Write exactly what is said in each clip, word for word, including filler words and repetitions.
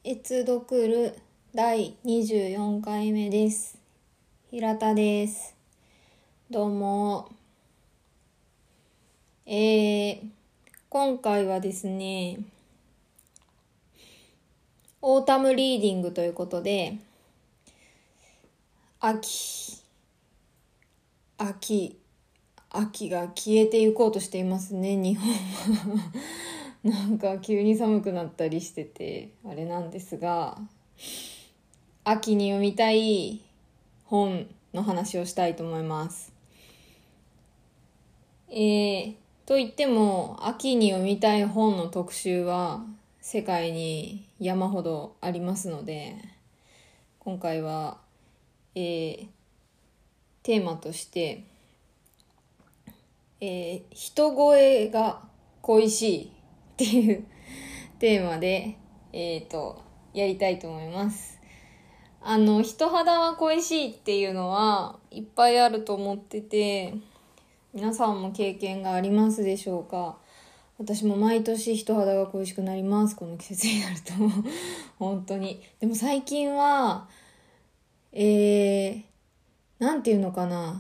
エツドクルだいにじゅうよんかいめです。平田です。どうも。えー、今回はですね、オータムリーディングということで、秋、秋、秋が消えていこうとしていますね、日本は。なんか急に寒くなったりしてて、あれなんですが、秋に読みたい本の話をしたいと思います。えー、と言っても秋に読みたい本の特集は世界に山ほどありますので、今回は、えー、テーマとして、えー、人声が恋しいっていうテーマで、えーと、やりたいと思います。あの、人肌は恋しいっていうのはいっぱいあると思ってて、皆さんも経験がありますでしょうか。私も毎年人肌が恋しくなります、この季節になると。本当に。でも最近はえー、なんていうのかな、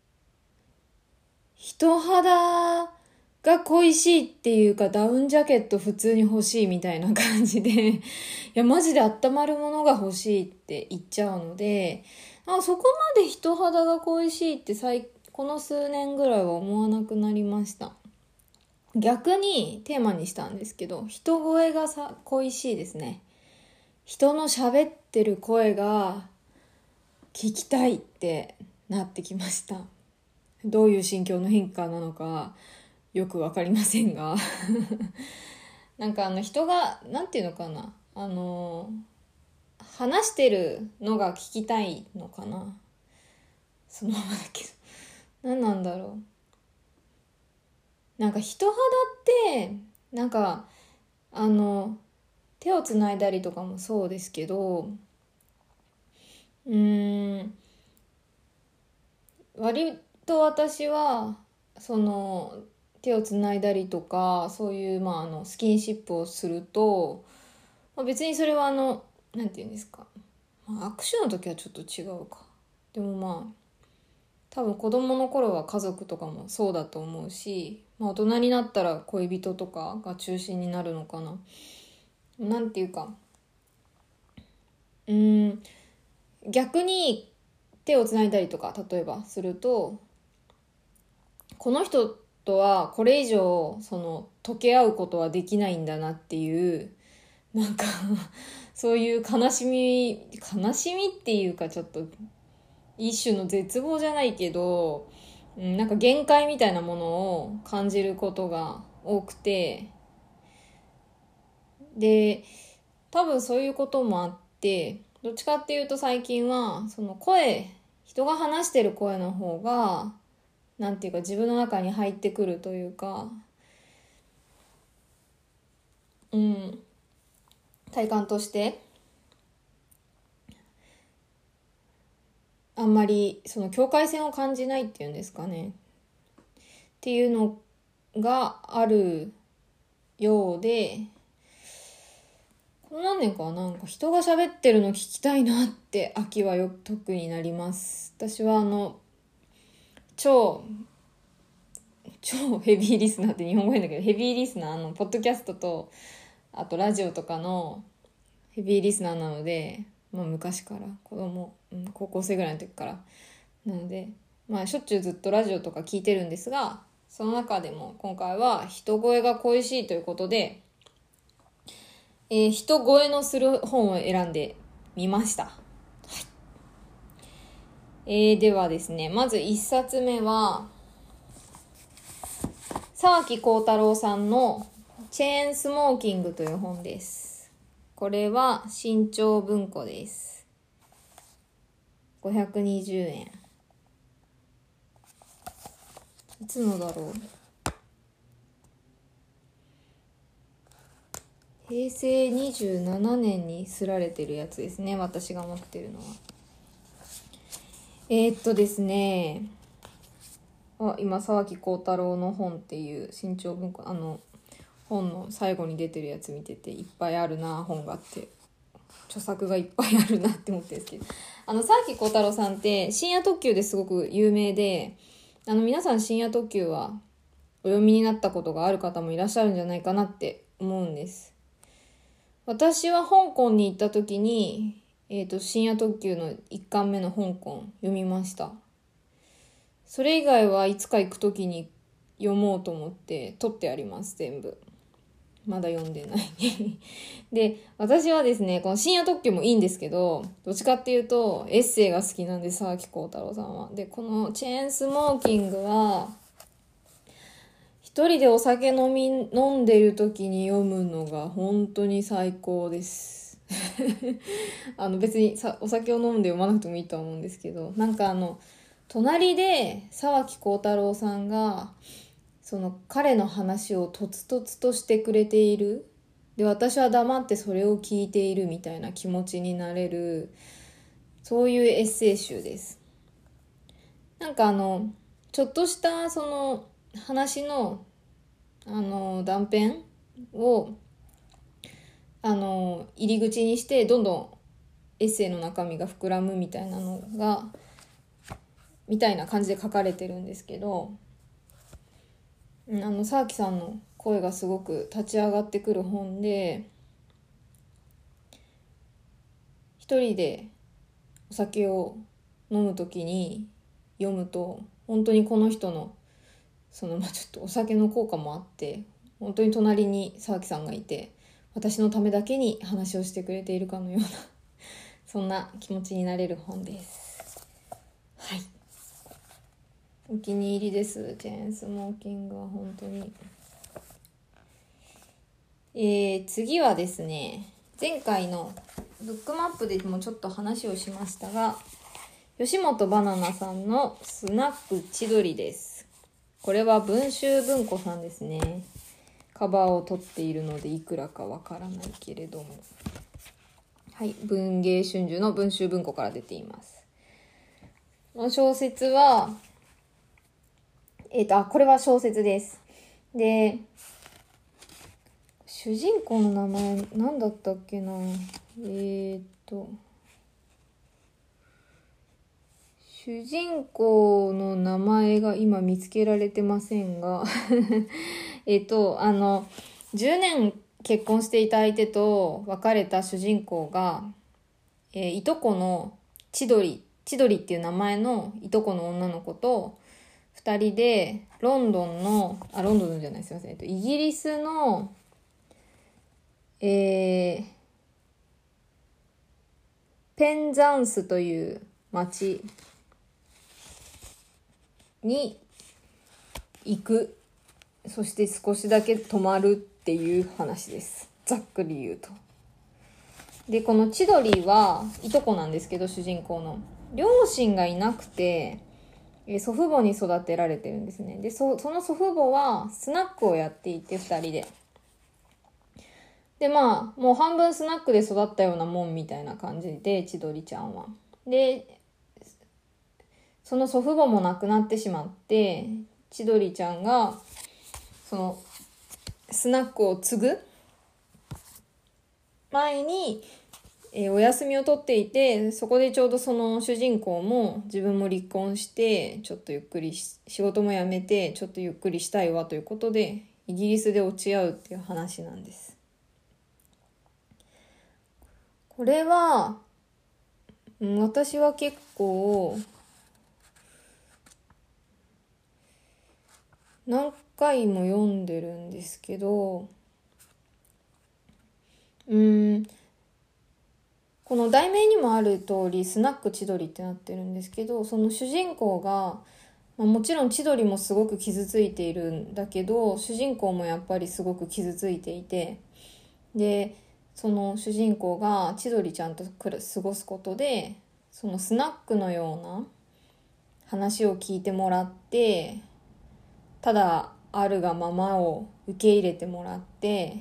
人肌が恋しいっていうか、ダウンジャケット普通に欲しいみたいな感じでいやマジで温まるものが欲しいって言っちゃうので、あ、そこまで人肌が恋しいって最この数年ぐらいは思わなくなりました。逆にテーマにしたんですけど、人声がさ恋しいですね。人の喋ってる声が聞きたいってなってきました。どういう心境の変化なのかよくわかりませんがなんかあの人がなんていうのかな、あの話してるのが聞きたいのかな、そのままだけど何なんだろう。なんか人肌ってなんかあの手をつないだりとかもそうですけど、うーん割と私はその手をつないだりとかそういう、まあ、あのスキンシップをすると、まあ、別にそれはあのなんて言うんですか、まあ、握手の時はちょっと違うか。でもまあ多分子供の頃は家族とかもそうだと思うし、まあ、大人になったら恋人とかが中心になるのかな。なんていうか、うーん逆に手をつないだりとか例えばすると、この人とはこれ以上その溶け合うことはできないんだなっていう、なんかそういう悲しみ悲しみっていうか、ちょっと一種の絶望じゃないけど、うん、なんか限界みたいなものを感じることが多くて、で多分そういうこともあって、どっちかっていうと最近はその声人が話してる声の方がなんていうか自分の中に入ってくるというか、うん体感としてあんまりその境界線を感じないっていうんですかね、っていうのがあるようで、この何年かはなんか人が喋ってるの聞きたいなって秋はよく特になります。私はあの超超ヘビーリスナーって日本語変だけど、ヘビーリスナーのポッドキャストとあとラジオとかのヘビーリスナーなので、まあ、昔から子供、うん、高校生ぐらいの時からなので、まあ、しょっちゅうずっとラジオとか聞いてるんですが、その中でも今回は人声が恋しいということで、えー、人声のする本を選んでみました。はい。えー、ではですね、まずいっさつめは沢木耕太郎さんのチェーンスモーキングという本です。これは新潮文庫です。ごひゃくにじゅうえん。いつのだろう。へいせいにじゅうななねんに刷られてるやつですね、私が持ってるのは。えー、っとですねあ今沢木耕太郎の本っていう新潮文庫、あの本の最後に出てるやつ見てて、いっぱいあるな本がって著作がいっぱいあるなって思ってるんですけど、あの沢木耕太郎さんって深夜特急ですごく有名で、あの皆さん深夜特急はお読みになったことがある方もいらっしゃるんじゃないかなって思うんです。私は香港に行った時に、えーと、深夜特急のいっかんめの香港読みました。それ以外はいつか行く時に読もうと思って取ってあります、全部。まだ読んでないで、私はですね、この深夜特急もいいんですけど、どっちかっていうとエッセイが好きなんです、沢木耕太郎さんは。で、このチェーンスモーキングは一人でお酒飲み飲んでる時に読むのが本当に最高ですあの別にさお酒を飲んで読まなくてもいいとは思うんですけど、なんかあの隣で沢木耕太郎さんがその彼の話をとつとつとしてくれている、で私は黙ってそれを聞いているみたいな気持ちになれる、そういうエッセイ集です。なんかあのちょっとしたその話のあの断片をあの入り口にしてどんどんエッセイの中身が膨らむみたいなのがみたいな感じで書かれてるんですけど、あの沢木さんの声がすごく立ち上がってくる本で、一人でお酒を飲むときに読むと本当にこの人のそのまあちょっとお酒の効果もあって、本当に隣に沢木さんがいて私のためだけに話をしてくれているかのようなそんな気持ちになれる本です。はい、お気に入りです。チェーンスモーキングは本当に。えー、次はですね、前回のブックマップでもちょっと話をしましたが、吉本ばななさんのスナック千鳥です。これは文集文庫さんですね。カバーを取っているのでいくらかわからないけれども、はい、文芸春秋の文集文庫から出ています。この小説はえっ、ー、とあこれは小説です。で、主人公の名前何だったっけな、えっ、ー、と主人公の名前が今見つけられてませんがえっとあのじゅうねん結婚していた相手と別れた主人公が、えー、いとこの千鳥千鳥っていう名前のいとこの女の子とふたりでロンドンのあロンドンじゃないすいません、えっと、イギリスのえー、ペンザンスという町に行く、そして少しだけ泊まるっていう話です、ざっくり言うと。でこの千鳥はいとこなんですけど、主人公の両親がいなくて祖父母に育てられてるんですね。で そ, その祖父母はスナックをやっていて、ふたりででまあもう半分スナックで育ったようなもんみたいな感じで、千鳥ちゃんは。でその祖父母も亡くなってしまって、千鳥ちゃんがそのスナックを継ぐ前に、えー、お休みを取っていて、そこでちょうどその主人公も自分も離婚してちょっとゆっくりし仕事も辞めてちょっとゆっくりしたいわということでイギリスで落ち合うっていう話なんです。これは、うん、私は結構何回も読んでるんですけど、うーんこの題名にもある通りスナック千鳥ってなってるんですけど、その主人公が、まあ、もちろん千鳥もすごく傷ついているんだけど、主人公もやっぱりすごく傷ついていて、でその主人公が千鳥ちゃんと過ごすことでそのスナックのような話を聞いてもらって、ただあるがままを受け入れてもらって、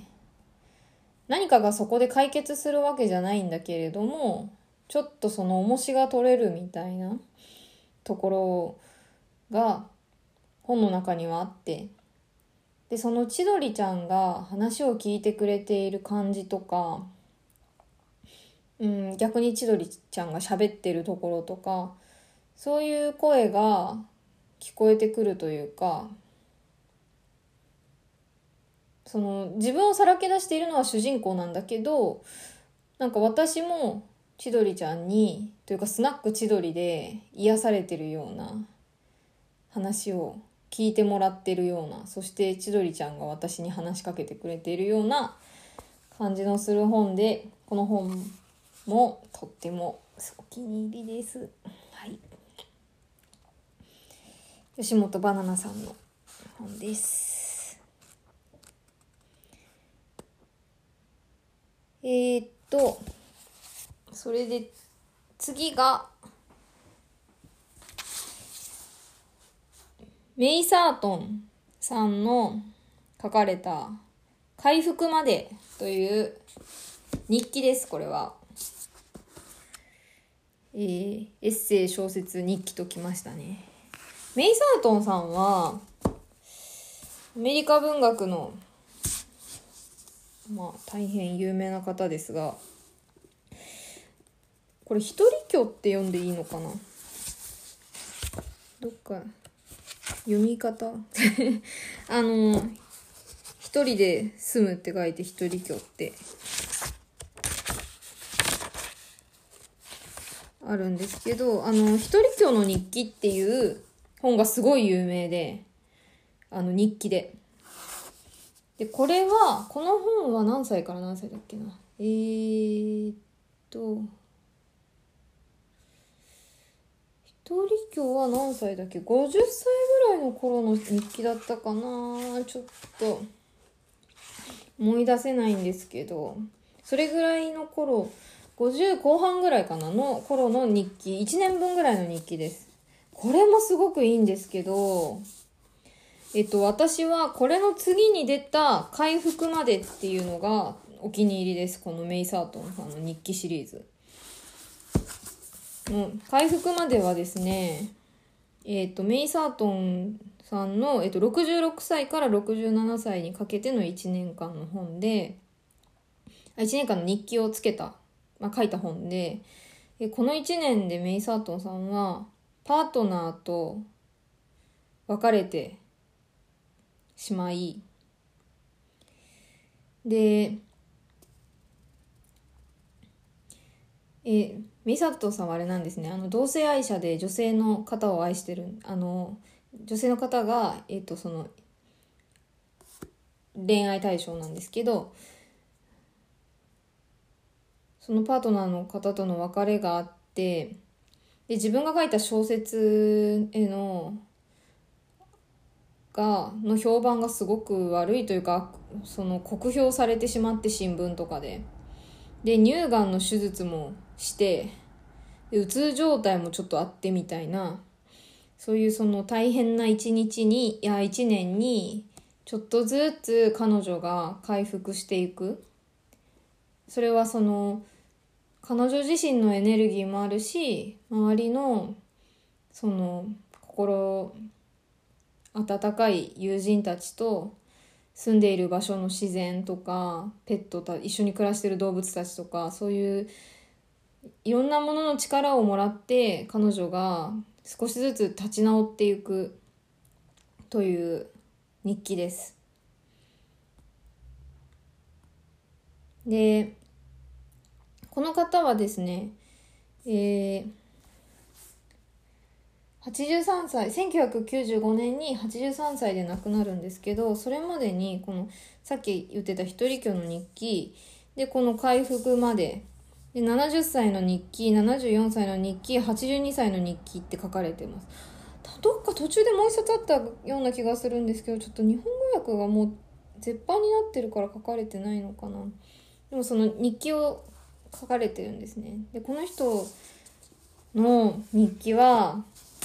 何かがそこで解決するわけじゃないんだけれども、ちょっとその重しが取れるみたいなところが本の中にはあって、でその千鳥ちゃんが話を聞いてくれている感じとか、 うん、逆に千鳥ちゃんが喋ってるところとか、そういう声が聞こえてくるというか、その自分をさらけ出しているのは主人公なんだけど、なんか私も千鳥ちゃんにというかスナック千鳥で癒されてるような話を聞いてもらってるような、そして千鳥ちゃんが私に話しかけてくれているような感じのする本で、この本もとってもお気に入りです。はい。吉本ばななさんの本です。えー、っとそれで次がメイサートンさんの書かれた回復までという日記です。これは、えー、エッセイ小説日記ときましたね。メイサートンさんはアメリカ文学のまあ大変有名な方ですが、これ一人居って読んでいいのかな、どっか読み方あの一人で住むって書いて一人居ってあるんですけど、あの一人居の日記っていう本がすごい有名で、あの日記ででこれはこの本は何歳から何歳だっけな、えーっと一人居は何歳だっけ、ごじゅっさいぐらいの頃の日記だったかな、ちょっと思い出せないんですけど、それぐらいの頃、ごじゅう後半ぐらいかなの頃の日記、いちねんぶんぐらいの日記です。これもすごくいいんですけど、えっと私はこれの次に出た回復までっていうのがお気に入りです。このメイサートンさんの日記シリーズ。うん、回復まではですね、えっとメイサートンさんの、えっと、ろくじゅうろくさいからろくじゅうななさいにかけてのいちねんかんの本で、いちねんかんの日記をつけた、まあ、書いた本で、このいちねんでメイサートンさんはパートナーと別れてしまい、でえメイサートンさんはあれなんですね、あの同性愛者で女性の方を愛してる、あの女性の方が、えっとその恋愛対象なんですけど、そのパートナーの方との別れがあって、で自分が書いた小説へのがの評判がすごく悪いというか、その酷評されてしまって、新聞とかでで乳がんの手術もして、でうつ状態もちょっとあってみたいな、そういうその大変な一日にいや一年にちょっとずつ彼女が回復していく。それはその彼女自身のエネルギーもあるし、周りのその心温かい友人たちと住んでいる場所の自然とか、ペットと一緒に暮らしている動物たちとか、そういういろんなものの力をもらって彼女が少しずつ立ち直っていくという日記です。でこの方はですね、えー、はちじゅうさんさい、せんきゅうひゃくきゅうじゅうごねんにはちじゅうさんさいで亡くなるんですけど、それまでにこのさっき言ってた一人居の日記で、この回復まででななじゅっさいの日記、ななじゅうよんさいの日記、はちじゅうにさいの日記って書かれてます。どっか途中でもう一冊あったような気がするんですけど、ちょっと日本語訳がもう絶版になってるから書かれてないのかな。でもその日記を書かれてるんですね。でこの人の日記は、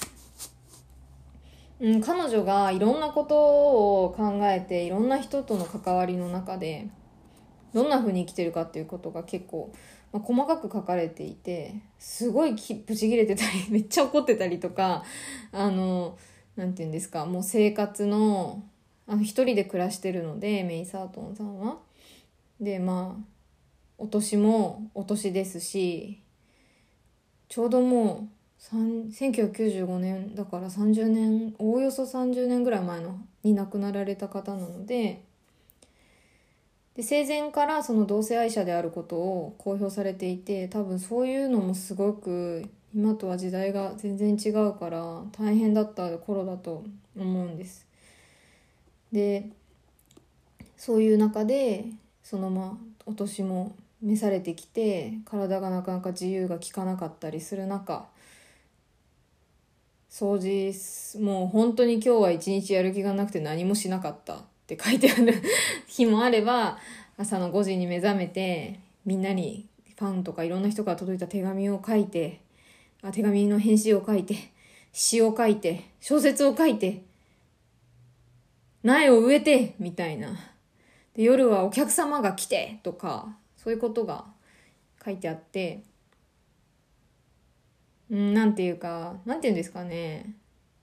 うん、彼女がいろんなことを考えて、いろんな人との関わりの中でどんな風に生きてるかっていうことが結構、まあ、細かく書かれていて、すごいきブチ切れてたりめっちゃ怒ってたりとか、あのなんていうんですか、もう生活のあの一人で暮らしてるので、メイサートンさんはでまあお年もお年ですし、ちょうどもうせんきゅうひゃくきゅうじゅうごねんだからさんじゅうねん、おおよそさんじゅうねんぐらい前のに亡くなられた方なので、で生前からその同性愛者であることを公表されていて、多分そういうのもすごく今とは時代が全然違うから大変だった頃だと思うんです。でそういう中でそのまあお年も召されてきて、体がなかなか自由が利かなかったりする中、掃除もう本当に今日は一日やる気がなくて何もしなかったって書いてある日もあれば、朝のごじに目覚めてみんなにファンとかいろんな人から届いた手紙を書いて、あ手紙の返信を書いて、詩を書いて、小説を書いて、苗を植えてみたいな。で夜はお客様が来てとか、そういうことが書いてあって、うん、なんていうか、なんていうんですかね。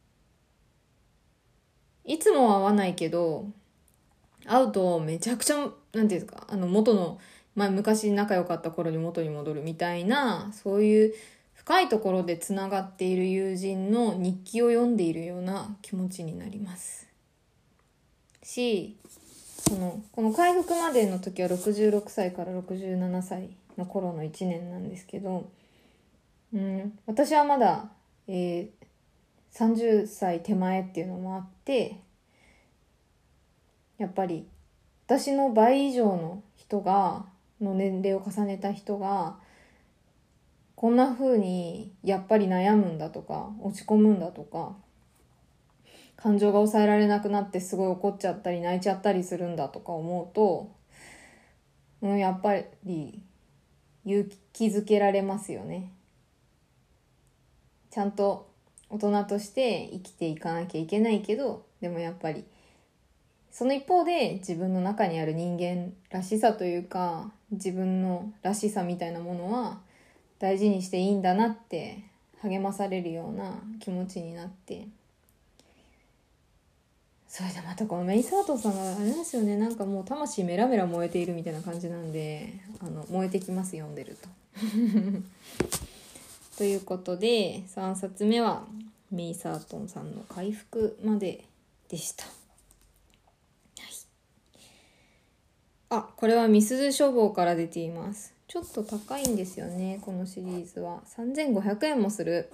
いつもは会わないけど、会うとめちゃくちゃ、なんていうんですか、あの元の、まあ昔仲良かった頃に元に戻るみたいな、そういう深いところでつながっている友人の日記を読んでいるような気持ちになりますし、この、この回復までの時はろくじゅうろくさいからろくじゅうななさいの頃のいちねんなんですけど、うん、私はまだ、えー、さんじゅっさい手前っていうのもあって、やっぱり私の倍以上の人がの年齢を重ねた人がこんな風にやっぱり悩むんだとか落ち込むんだとか、感情が抑えられなくなってすごい怒っちゃったり泣いちゃったりするんだとか思うと、うん、やっぱり勇気づけられますよね。ちゃんと大人として生きていかなきゃいけないけど、でもやっぱりその一方で自分の中にある人間らしさというか、自分のらしさみたいなものは大事にしていいんだなって励まされるような気持ちになって、それでまたこのメイサートさんがあれなんですよね、なんかもう魂メラメラ燃えているみたいな感じなんで、あの燃えてきます、読んでるとということでさんさつめはメイサートンさんの回復まででした。あ、これはみすず書房から出ています。ちょっと高いんですよね、このシリーズは。さんぜんごひゃくえんもする。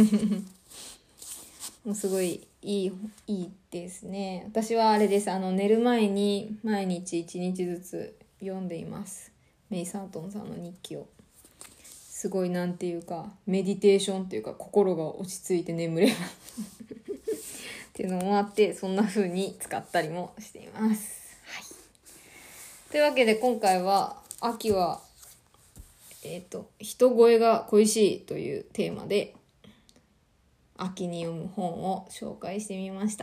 もうすごいいい、いいですね。私はあれです。あの、寝る前に毎日いちにちずつ読んでいます。メイサートンさんの日記を。すごいなんていうか、メディテーションっていうか、心が落ち着いて眠れるっていうのもあって、そんな風に使ったりもしています。というわけで今回は秋はえっと人声が恋しいというテーマで秋に読む本を紹介してみました。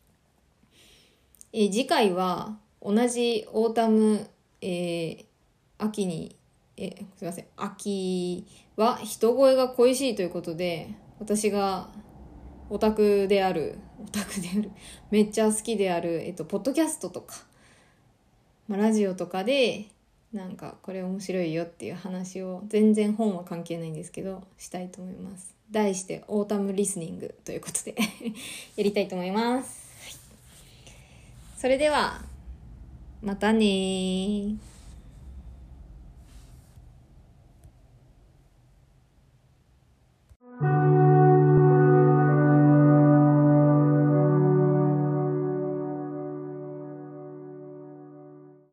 え次回は同じオータム、えー、秋にえすいません秋は人声が恋しいということで、私がオタクであるオタクであるめっちゃ好きである、えっと、ポッドキャストとかまあ、ラジオとかでなんかこれ面白いよっていう話を全然本は関係ないんですけどしたいと思います。題してオータムリスニングということでやりたいと思います、はい、それではまたね。